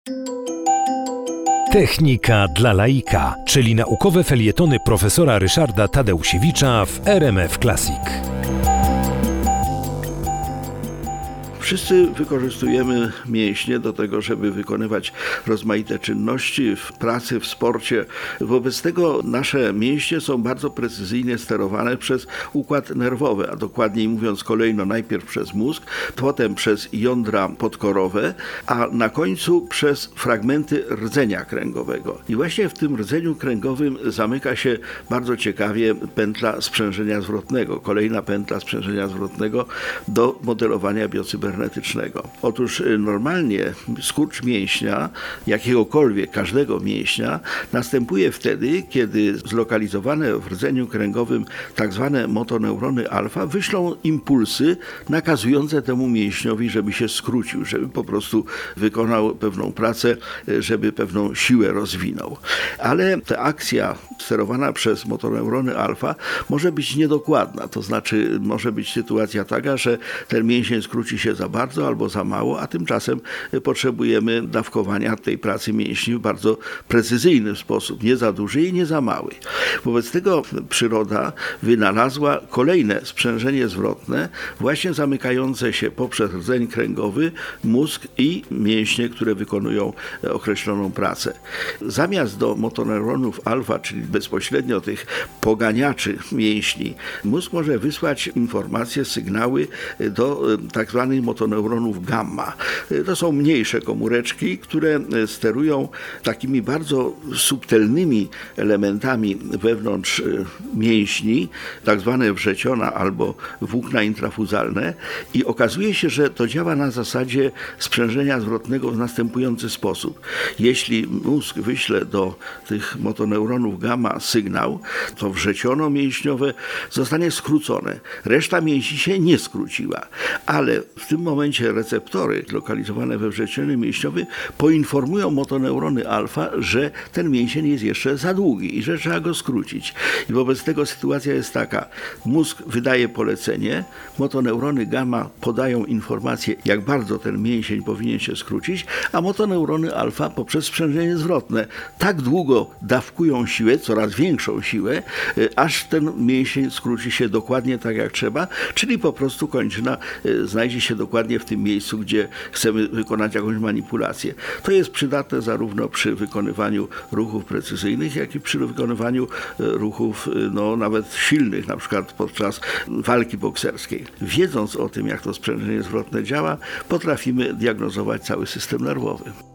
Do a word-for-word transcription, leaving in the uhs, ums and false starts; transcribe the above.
Technika dla laika, czyli naukowe felietony profesora Ryszarda Tadeusiewicza w R M F Classic. Wszyscy wykorzystujemy mięśnie do tego, żeby wykonywać rozmaite czynności w pracy, w sporcie. Wobec tego nasze mięśnie są bardzo precyzyjnie sterowane przez układ nerwowy, a dokładniej mówiąc kolejno najpierw przez mózg, potem przez jądra podkorowe, a na końcu przez fragmenty rdzenia kręgowego. I właśnie w tym rdzeniu kręgowym zamyka się bardzo ciekawie pętla sprzężenia zwrotnego, kolejna pętla sprzężenia zwrotnego do modelowania biocybernetycznego. Otóż normalnie skurcz mięśnia, jakiegokolwiek, każdego mięśnia, następuje wtedy, kiedy zlokalizowane w rdzeniu kręgowym tak zwane motoneurony alfa wyślą impulsy nakazujące temu mięśniowi, żeby się skrócił, żeby po prostu wykonał pewną pracę, żeby pewną siłę rozwinął. Ale ta akcja sterowana przez motoneurony alfa może być niedokładna, to znaczy może być sytuacja taka, że ten mięsień skróci się za bardzo albo za mało, a tymczasem potrzebujemy dawkowania tej pracy mięśni w bardzo precyzyjny sposób, nie za duży i nie za mały. Wobec tego przyroda wynalazła kolejne sprzężenie zwrotne, właśnie zamykające się poprzez rdzeń kręgowy, mózg i mięśnie, które wykonują określoną pracę. Zamiast do motoneuronów alfa, czyli bezpośrednio tych poganiaczy mięśni, mózg może wysłać informacje, sygnały do tak zwanych motoneuronów gamma. To są mniejsze komóreczki, które sterują takimi bardzo subtelnymi elementami wewnątrz mięśni, tak zwane wrzeciona albo włókna intrafuzalne, i okazuje się, że to działa na zasadzie sprzężenia zwrotnego w następujący sposób. Jeśli mózg wyśle do tych motoneuronów gamma sygnał, to wrzeciono mięśniowe zostanie skrócone. Reszta mięśni się nie skróciła, ale w tym momencie receptory lokalizowane we wrzecionie mięśniowym poinformują motoneurony alfa, że ten mięsień jest jeszcze za długi i że trzeba go skrócić. I wobec tego sytuacja jest taka: mózg wydaje polecenie, motoneurony gamma podają informację, jak bardzo ten mięsień powinien się skrócić, a motoneurony alfa poprzez sprzężenie zwrotne tak długo dawkują siłę, coraz większą siłę, aż ten mięsień skróci się dokładnie tak jak trzeba, czyli po prostu kończyna znajdzie się dokładnie w tym miejscu, gdzie chcemy wykonać jakąś manipulację. To jest przydatne zarówno przy wykonywaniu ruchów precyzyjnych, jak i przy wykonywaniu ruchów no, nawet silnych, na przykład podczas walki bokserskiej. Wiedząc o tym, jak to sprzężenie zwrotne działa, potrafimy diagnozować cały system nerwowy.